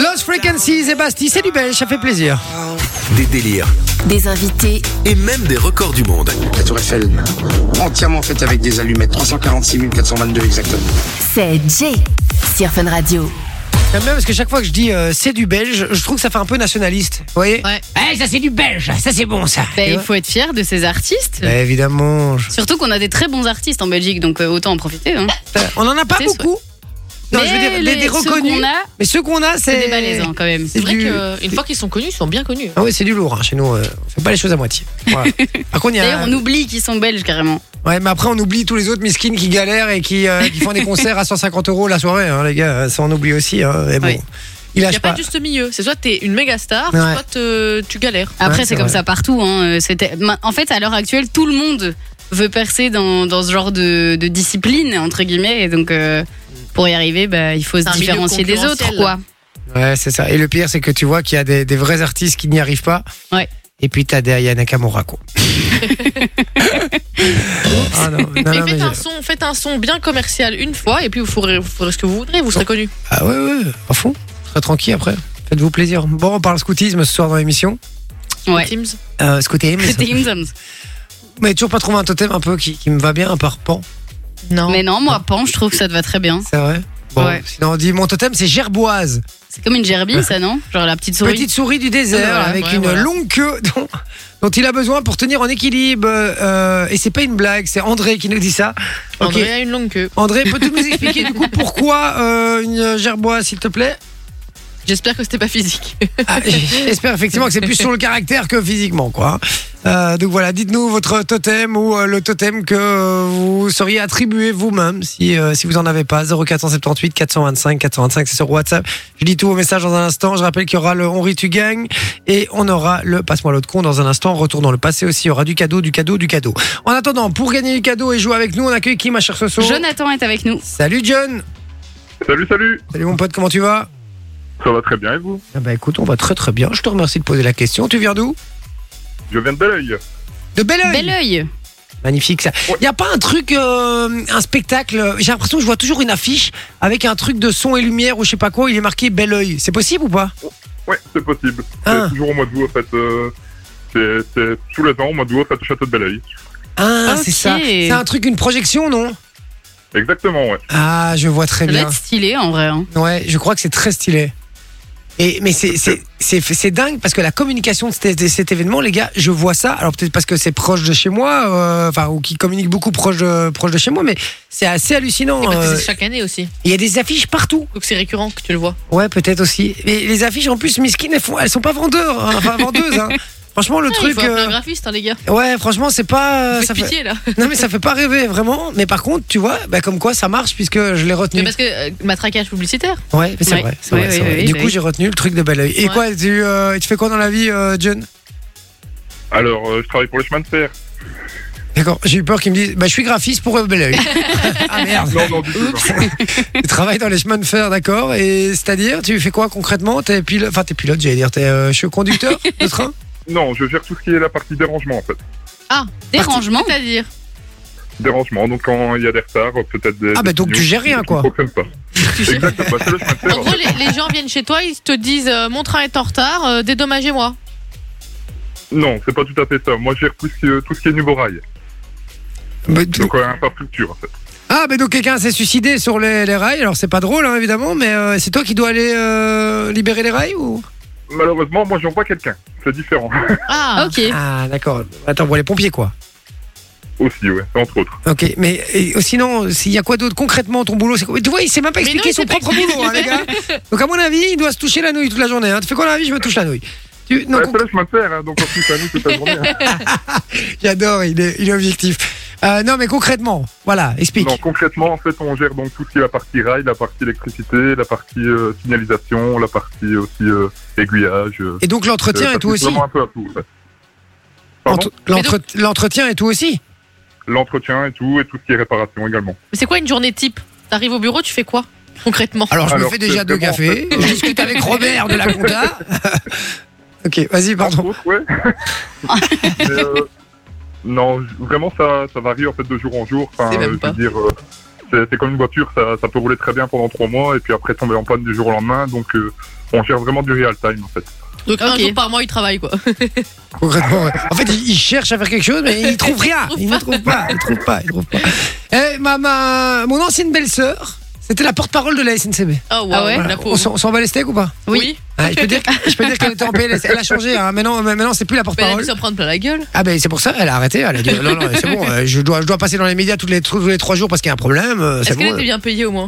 Frequencies et Bastille, c'est du belge, ça fait plaisir. Des délires Des invités, et même des records du monde. La tour Eiffel, entièrement faite avec des allumettes, 346 422 exactement. c'est Jay sur Fun Radio. J'aime bien parce que chaque fois que je dis c'est du belge, je trouve que ça fait un peu nationaliste. Vous voyez Ouais. Eh, ça c'est du belge, ça c'est bon ça. Bah, Tu il vois faut être fier de ces artistes. Bah, évidemment. Surtout qu'on a des très bons artistes en Belgique, donc autant en profiter. Hein. On en a pas C'est beaucoup. Non, Mais je veux dire des ceux reconnus. qu'on a, Mais ceux qu'on a, c'est des balaises quand même. C'est vrai du- qu'une fois qu'ils sont connus, ils sont bien connus. Ah oui, c'est du lourd hein, chez nous. On fait pas les choses à moitié. Voilà. Par contre, il y a. D'ailleurs, on oublie qu'ils sont belges carrément. Ouais, mais après on oublie tous les autres miskins qui galèrent et qui font des concerts à 150 € la soirée, hein, les gars. Ça on oublie aussi. Hein, mais bon, Oui. il Il n'y lâche a pas pas. de juste milieu. C'est soit t'es une méga star, Ouais. soit tu galères. Après, Ouais, c'est c'est comme vrai. ça partout. Hein. En fait, à l'heure actuelle, tout le monde veut percer dans ce genre de discipline, entre guillemets. Et donc, pour y arriver, bah, il faut se C'est un milieu différencier des autres, concurrentiel. quoi. Ouais, c'est ça. Et le pire, c'est que tu vois qu'il y a des vrais artistes qui n'y arrivent pas. Ouais. Et puis t'as des Aya Nakamura, quoi. Ah non, non, Mais non, faites, mais faites un son bien commercial une fois, et puis vous ferez ce que vous voudrez, vous serez connu. Ah ouais, ouais, à fond. Je serai tranquille après. Faites-vous plaisir. Bon, on parle scoutisme ce soir dans l'émission. Ouais. Teams. C'était Scoutisme. Imsams. Mais toujours pas trouvé un totem un peu qui me va bien, à part Pan. Non. Mais non, moi, Pan, je trouve que ça te va très bien. C'est vrai. Bon, Ouais. sinon on dit mon totem c'est gerboise. C'est comme une gerbille, ça, non? Genre la petite souris. Petite souris du désert Ouais, avec ouais, une voilà. longue queue dont il a besoin pour tenir en équilibre. Et c'est pas une blague, c'est André qui nous dit ça. Ok. André a une longue queue. André, peux-tu nous expliquer du coup pourquoi une gerboise, s'il te plaît? J'espère que c'était pas physique. Ah, j'espère effectivement que c'est plus sur le caractère que physiquement, quoi. Donc voilà, dites-nous votre totem ou le totem que vous seriez attribué vous-même si vous en avez pas. 0478 425 425, c'est sur WhatsApp. Je lis tous vos messages dans un instant. Je rappelle qu'il y aura le On rit, tu gagnes et on aura le Passe-moi l'autre con dans un instant. Retour dans le passé aussi. Il y aura du cadeau, du cadeau, du cadeau. En attendant, pour gagner du cadeau et jouer avec nous, on accueille qui, ma chère Soso? Jonathan est avec nous. Salut John. Salut, salut. Salut mon pote, comment tu vas? Ça va très bien et vous? Ah bah écoute, on va très très bien. Je te remercie de poser la question. Tu viens d'où? Je viens de Belleuil. De Belleuil. Bel oeil. Magnifique ça. Il n'y a pas un truc, un spectacle, j'ai l'impression que je vois toujours une affiche avec un truc de son et lumière ou je sais pas quoi, il est marqué Belleuil. C'est possible ou pas? Ouais, c'est possible. Ah. C'est toujours au mois d'août en fait. C'est tous les ans au mois d'août en fait au château de Belleuil. Ah, Ok. c'est ça. C'est un truc, une projection, non? Exactement, ouais. Ah, je vois très Ça doit bien. être stylé en vrai. Hein. Ouais, je crois que c'est très stylé. Mais c'est dingue parce que la communication de cet événement, les gars, je vois ça. Alors peut-être parce que c'est proche de chez moi, enfin ou qui communique beaucoup proche de chez moi, mais c'est assez hallucinant. Et parce que c'est chaque année aussi. Il y a des affiches partout. Donc c'est récurrent que tu le vois. Ouais, peut-être aussi. Mais les affiches en plus, Miskin, elles sont pas vendeurs, hein, enfin vendeuses. Hein. Franchement, le Ah, truc. il faut appeler un graphiste, hein, les gars. Ouais, franchement, c'est pas. Faites Ça fait... pitié, là. Non, mais ça fait pas rêver, vraiment. Mais par contre, tu vois, bah, comme quoi ça marche puisque je l'ai retenu. Mais parce que matraquage publicitaire. Ouais, mais c'est Ouais. vrai. C'est Oui, vrai, oui, c'est vrai. oui, Et du oui. coup, j'ai retenu le truc de Belleuil. Et Ouais. quoi, tu fais quoi dans la vie, John? Alors, je travaille pour les chemins de fer. D'accord, j'ai eu peur qu'ils me disent bah, je suis graphiste pour Belleuil. Ah merde. Non, non, du tout. non. Tu travailles dans les chemins de fer, d'accord. Et c'est-à-dire, tu fais quoi concrètement? T'es pilote, enfin, t'es pilote, j'allais dire, je suis conducteur de train? Non, je gère tout ce qui est la partie dérangement en fait. Ah, Dérangement. c'est-à-dire. Dérangement, donc quand il y a des retards, peut-être des. Ah, bah, donc des tu gères rien, qui quoi. ne fonctionnent pas. Exactement, bah, c'est le chemin de fer. En gros, les gens viennent chez toi, ils te disent mon train est en retard, dédommagez-moi. Non, c'est pas tout à fait ça. Moi, je gère tout ce qui est niveau rail. Bah, Donc, infrastructure en fait. Ah, mais donc quelqu'un s'est suicidé sur les rails. Alors, c'est pas drôle, hein, évidemment, mais c'est toi qui dois aller libérer les rails ou? Malheureusement, moi, j'envoie quelqu'un. C'est différent. Ah, Ok. Ah, d'accord. Attends, bon, les pompiers, quoi. Aussi, ouais, entre autres. Ok, mais sinon, s'il y a quoi d'autre concrètement, ton boulot, c'est quoi? Tu vois, il sait même pas Mais expliquer non, il son sait pas propre boulot, hein, les gars. Donc, à mon avis, il doit se toucher la nouille toute la journée. Hein. Tu fais quoi dans la vie? Je me touche la nouille. Non, Ouais, c'est le chemin de fer, hein, donc en plus, à nous, toute la journée. Hein. j'adore, il est objectif. Non, mais concrètement, voilà, explique. Non, concrètement, en fait, on gère donc tout ce qui est la partie rail, la partie électricité, la partie signalisation, la partie aussi aiguillage. Et donc, l'entretien ça et tout touche aussi. Vraiment un peu à tout. En fait. Pardon L'entretien et tout aussi. L'entretien et tout ce qui est réparation également. mais c'est quoi une journée type? T'arrives au bureau, tu fais quoi concrètement? Alors, je me Alors, fais déjà c'est 2 vraiment, cafés. en fait, Je discute avec Robert de la compta. Ok, vas-y, Entre pardon. autres, ouais. Mais, non, vraiment, ça varie en fait de jour en jour. Enfin, C'est même je pas. veux dire, c'est comme une voiture, ça peut rouler très bien pendant 3 mois et puis après tomber en panne du jour au lendemain. Donc on gère vraiment du real time en fait. Donc un Ok. jour par mois, il travaille quoi. Concrètement, ouais. En fait, il cherche à faire quelque chose, mais il trouve rien. Il ne trouve pas. Il trouve pas. Mon ancienne belle-sœur, c'était la porte-parole de la SNCB. Oh wow, Ah ouais la On pauvre. s'en va les steaks ou pas? Oui. Ah, je peux dire qu'elle était en PLS. Elle a changé. Hein. Maintenant, c'est plus la Mais elle a porte-parole. dû s'en prendre plein la gueule. Ah ben c'est pour ça, elle a arrêté. Elle a dit non, c'est bon. Je dois passer dans les médias tous les 3 jours parce qu'il y a un problème. C'est Est-ce qu'elle bon. était bien payée au moins?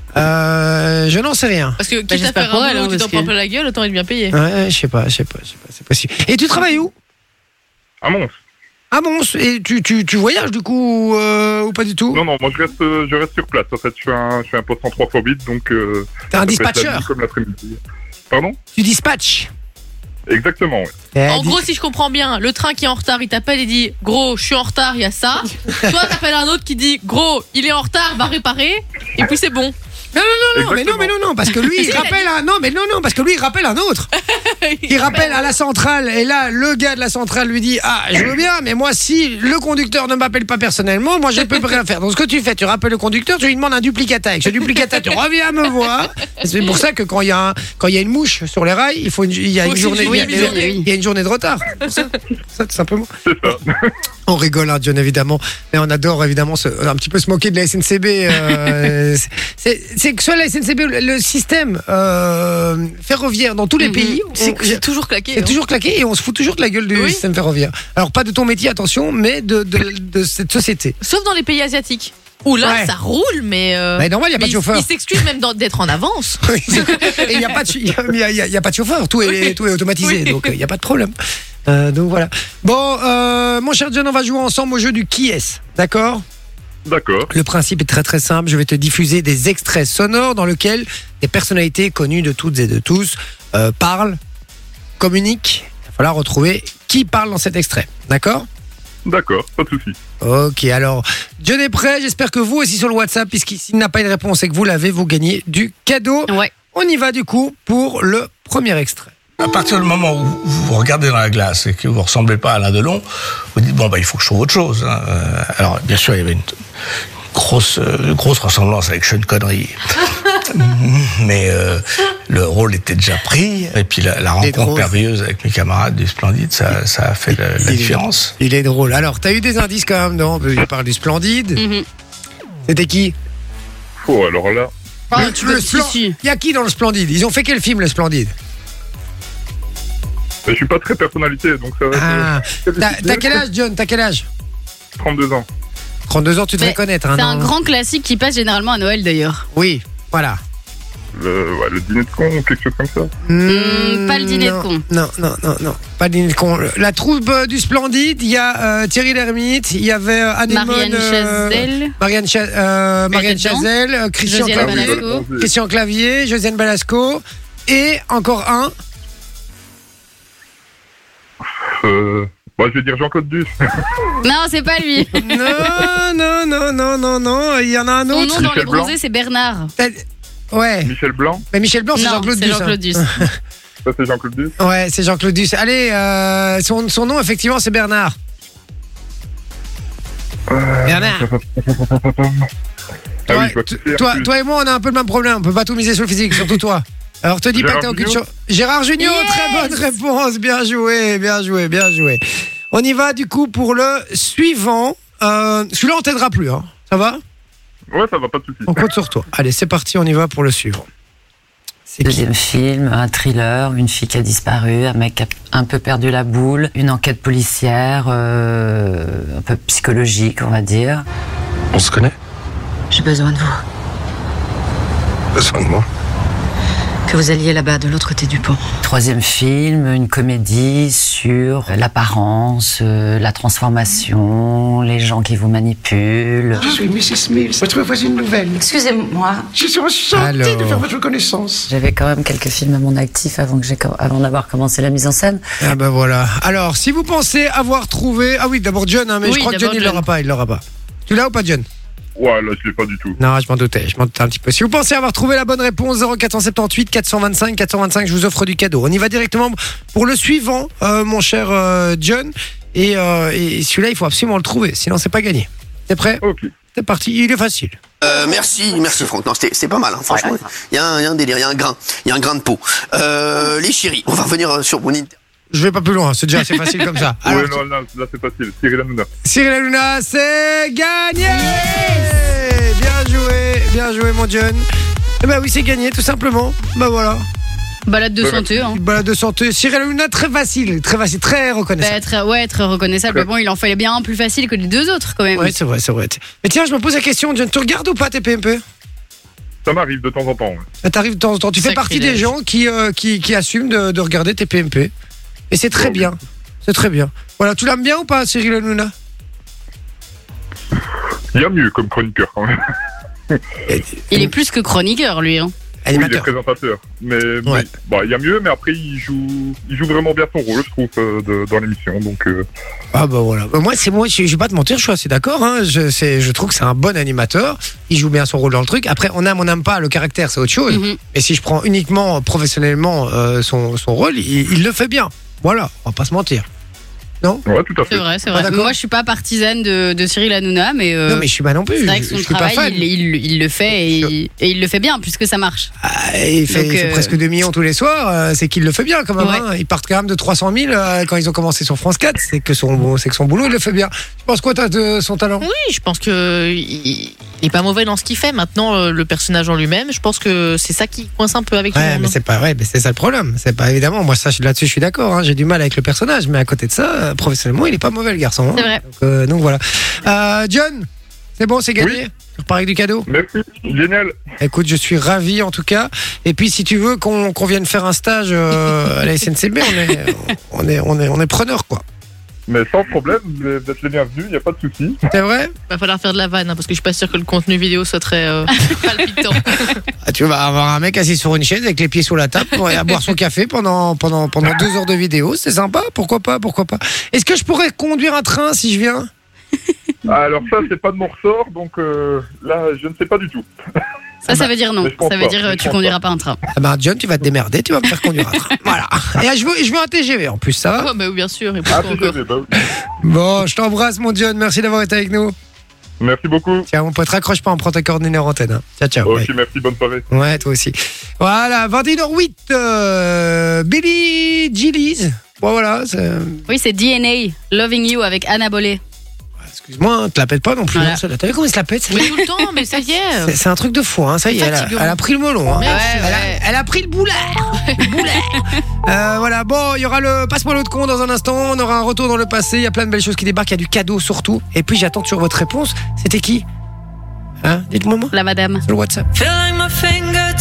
Je n'en sais rien. Parce que quitte à j'espère faire pour un elle, boulot où hein, tu t'en parce prends que- plein la gueule, autant être bien payé. Ouais, je sais pas, c'est possible. Et tu travailles où? À Mons. À Mons. Et tu voyages du coup ou pas du tout? Non, moi je reste sur place. En fait, je fais un poste en 3x8, donc. T'es un ça peut être la dispatcher. nuit comme l'après-midi. Pardon? Tu dispatches. Exactement, oui. En gros, si je comprends bien, le train qui est en retard, il t'appelle et dit gros, je suis en retard, il y a ça. Toi, t'appelles un autre qui dit gros, il est en retard, va réparer. Et puis c'est bon. Non, parce que lui, il rappelle un. Parce que lui, il rappelle un autre. Il rappelle à la centrale, et là, le gars de la centrale lui dit ah, je veux bien, mais moi, si le conducteur ne m'appelle pas personnellement, moi, je peux rien faire. Donc, ce que tu fais, tu rappelles le conducteur, tu lui demandes un duplicata. Avec ce duplicata, tu reviens me voir. Et c'est pour ça que quand il y a une mouche sur les rails, il y a une journée, oui, il y a- oui. il y a une journée de retard. C'est pour ça, tout simplement. C'est ça. On rigole, hein, John, évidemment. Mais on adore, évidemment, un petit peu se moquer de la SNCB. C'est que soit la SNCB, le système ferroviaire dans tous les pays, C'est toujours claqué. c'est hein. toujours claqué et on se fout toujours de la gueule du Oui. système ferroviaire. Alors, pas de ton métier, attention, mais de cette société. Sauf dans les pays asiatiques. Où là, Ouais. ça roule, mais. Bah, normal, il n'y a pas de chauffeur. Ils s'excusent même d'être en avance. Oui. Et il n'y a, pas de- il y a pas de chauffeur, tout est automatisé, Oui. donc il n'y a pas de problème. Donc voilà. Bon, mon cher John, on va jouer ensemble au jeu du qui est-ce, d'accord? D'accord. Le principe est très très simple. Je vais te diffuser des extraits sonores dans lesquels des personnalités connues de toutes et de tous parlent, communiquent. Il va falloir retrouver qui parle dans cet extrait. D'accord? D'accord, pas de souci. Ok, alors, John est prêt. J'espère que vous aussi sur le WhatsApp, puisqu'il n'a pas une réponse et que vous l'avez, vous gagnez du cadeau. Ouais. On y va du coup pour le premier extrait. À partir du moment où vous regardez dans la glace et que vous ressemblez pas à Alain Delon, vous dites bon bah il faut que je trouve autre chose. Hein. Alors bien sûr il y avait une grosse ressemblance avec Sean Connery, mais le rôle était déjà pris et puis la rencontre drôle. merveilleuse avec mes camarades du Splendide, ça a fait la différence. Il est drôle. Alors, t'as eu des indices quand même, non? Il parle du Splendide. Mhm. C'était qui? Oh, alors là, Ah, tu peux- si, si. Il y a qui dans le Splendide? Ils ont fait quel film, le Splendide? je suis pas très personnalité, donc ça va être. Ah, quel t'as sujet quel âge, John? T'as quel âge? 32 ans. 32 ans, tu devrais Mais connaître. Hein, C'est un non? grand classique qui passe généralement à Noël d'ailleurs. Oui, voilà. Le dîner de con ou quelque chose comme ça. Pas le dîner de non, con. Non, pas le dîner de con. La troupe du Splendide, il y a Thierry Lhermitte, il y avait Anémone, Marianne Chazelle. Marianne Dedans. Chazelle, Christian Josiane Clavier, Balasco. Christian Clavier, Josiane Balasco, et encore un. Je vais dire Jean-Claude Duss. Non, c'est pas lui. Non, il y en a un Son autre. nom dans Michel les bronzés, c'est Bernard. Ouais, Michel Blanc. mais Michel Blanc, c'est Non, Jean-Claude c'est Duss. Jean-Claude Duss. Ça, c'est Jean-Claude Duss. Ouais, c'est Jean-Claude Duss. Allez, son nom, effectivement, c'est Bernard. Bernard. Ah oui, Ouais, je vois qui c'est, en plus. toi et moi, on a un peu le même problème. On peut pas tout miser sur le physique, surtout toi. Alors, te dis pas que t'as Gérard aucune Jugnot chance. Gérard Junior, Yes. très bonne réponse. Bien joué. On y va du coup pour le suivant. Celui-là, on t'aidera plus. Hein. Ça va? Ouais, ça va, pas de souci. On compte sur toi. Allez, c'est parti, on y va pour le suivant. C'est qui? Deuxième film, un thriller, une fille qui a disparu, un mec qui a un peu perdu la boule, une enquête policière, un peu psychologique, on va dire. On se connaît? J'ai besoin de vous. Besoin de moi. Que vous alliez là-bas, de l'autre côté du pont. Troisième film, une comédie sur l'apparence, la transformation, les gens qui vous manipulent. Je suis Mrs. Mills, votre voisine nouvelle. Excusez-moi. Je suis enchanté Alors. de faire votre connaissance. J'avais quand même quelques films à mon actif avant d'avoir commencé la mise en scène. Ah ben voilà. Alors, si vous pensez avoir trouvé... Ah oui, d'abord John, hein, mais je Oui, crois que John, d'abord il John. l'aura pas. Tu l'as ou pas, John? Ouais, là, je l'ai pas du tout. Non, je m'en doutais un petit peu. Si vous pensez avoir trouvé la bonne réponse, 0478 425, je vous offre du cadeau. On y va directement pour le suivant, mon cher John. Et celui-là, il faut absolument le trouver, sinon c'est pas gagné. T'es prêt? Ok. C'est parti, il est facile. Merci Franck. Non, c'est pas mal, hein, franchement. Il y a un délire, il y a un grain de peau. Les chéris, on va revenir sur mon interview. Je vais pas plus loin, c'est déjà assez facile comme ça. Alors, Oui, non, là c'est facile. Cyril Hanouna. Cyril Hanouna, c'est gagné. Bien joué mon John. Eh ben oui, c'est gagné tout simplement. Bah voilà. Balade de santé. Hein. Balade de santé. Cyril Hanouna, très facile, très reconnaissable. Très reconnaissable. Mais bon, il en fallait bien un plus facile que les deux autres quand même. Ouais, c'est vrai. Mais tiens, je me pose la question, John, tu regardes ou pas tes PMP? Ça m'arrive de temps en temps. Ouais. Ça t'arrive de temps en temps. Tu fais partie des gens qui assument de regarder tes PMP. Et c'est très bien. C'est très bien. Voilà, tu l'aimes bien ou pas, Cyril Hanouna? Il y a mieux comme chroniqueur quand même. Il est plus que chroniqueur, lui. Hein. Oui, il est présentateur. Mais il y a mieux, mais après il joue vraiment bien son rôle, je trouve, dans l'émission. Donc. Ah bah voilà. Moi, je vais pas te mentir, je suis assez d'accord. Hein. Je trouve que c'est un bon animateur. Il joue bien son rôle dans le truc. Après, on n'aime pas le caractère, c'est autre chose. Et si je prends uniquement professionnellement son rôle, il le fait bien. Voilà, on va pas se mentir. Non ? Ouais, tout à fait. C'est vrai. Moi, je suis pas partisane de Cyril Hanouna, mais. Non, mais je suis pas non plus. C'est vrai que son travail, il le fait et il le fait bien, puisque ça marche. Il fait presque 2 millions tous les soirs. C'est qu'il le fait bien quand même. Ouais. Hein. Ils partent quand même de 300 000 quand ils ont commencé sur France 4. C'est que son boulot, il le fait bien. Tu penses quoi, toi, de son talent ? Oui, je pense que il est pas mauvais dans ce qu'il fait. Maintenant, le personnage en lui-même, je pense que c'est ça qui coince un peu avec lui. Mais c'est pas vrai. Mais c'est ça le problème. C'est pas évidemment. Moi, là-dessus, je suis d'accord. Hein. J'ai du mal avec le personnage, mais à côté de ça. Professionnellement, il est pas mauvais le garçon. Hein. C'est vrai. Donc voilà. John, c'est bon, c'est gagné. Oui. Tu repars avec du cadeau. Merci, génial. Écoute, je suis ravi en tout cas. Et puis si tu veux qu'on vienne faire un stage à la SNCB, on est preneur quoi. Mais sans problème, vous êtes les bienvenus, il n'y a pas de souci. C'est vrai ? Il va falloir faire de la vanne, hein, parce que je suis pas sûr que le contenu vidéo soit très palpitant. Tu vas avoir un mec assis sur une chaise avec les pieds sous la table pour aller boire son café pendant 2 heures de vidéo. C'est sympa, pourquoi pas. Est-ce que je pourrais conduire un train si je viens ? Alors ça, c'est pas de mon ressort, donc là, je ne sais pas du tout. Ça veut dire non. Ça veut dire tu conduiras pas un train. Ah bah John, tu vas te démerder, tu vas me faire conduire un train. Voilà. Et je veux un TGV en plus, ça va ? Ouais, bah, bien sûr. Et TGV, bah oui. Bon, je t'embrasse mon John, merci d'avoir été avec nous. Merci beaucoup. Tiens, mon pote, raccroche pas, on prend ta coordonnée en antenne. Hein. Ciao. Ok, merci, bonne soirée. Ouais, toi aussi. Voilà, 21h08, Billy Gillies. Bon, voilà. Oui, c'est DNA, Loving You avec Anna Bollé. Excuse-moi, te la pète pas non plus. Voilà. Hein, t'as vu comment il se la pète? Mais tout le temps, mais ça y est. C'est un truc de fou, hein, ça y est, elle a pris le melon. Hein. Elle a pris le boulet. Voilà, bon, il y aura le Passe-moi l'autre con dans un instant. On aura un retour dans le passé. Il y a plein de belles choses qui débarquent. Il y a du cadeau surtout. Et puis j'attends toujours votre réponse. C'était qui? Hein? Dites-moi. La madame. Sur le WhatsApp.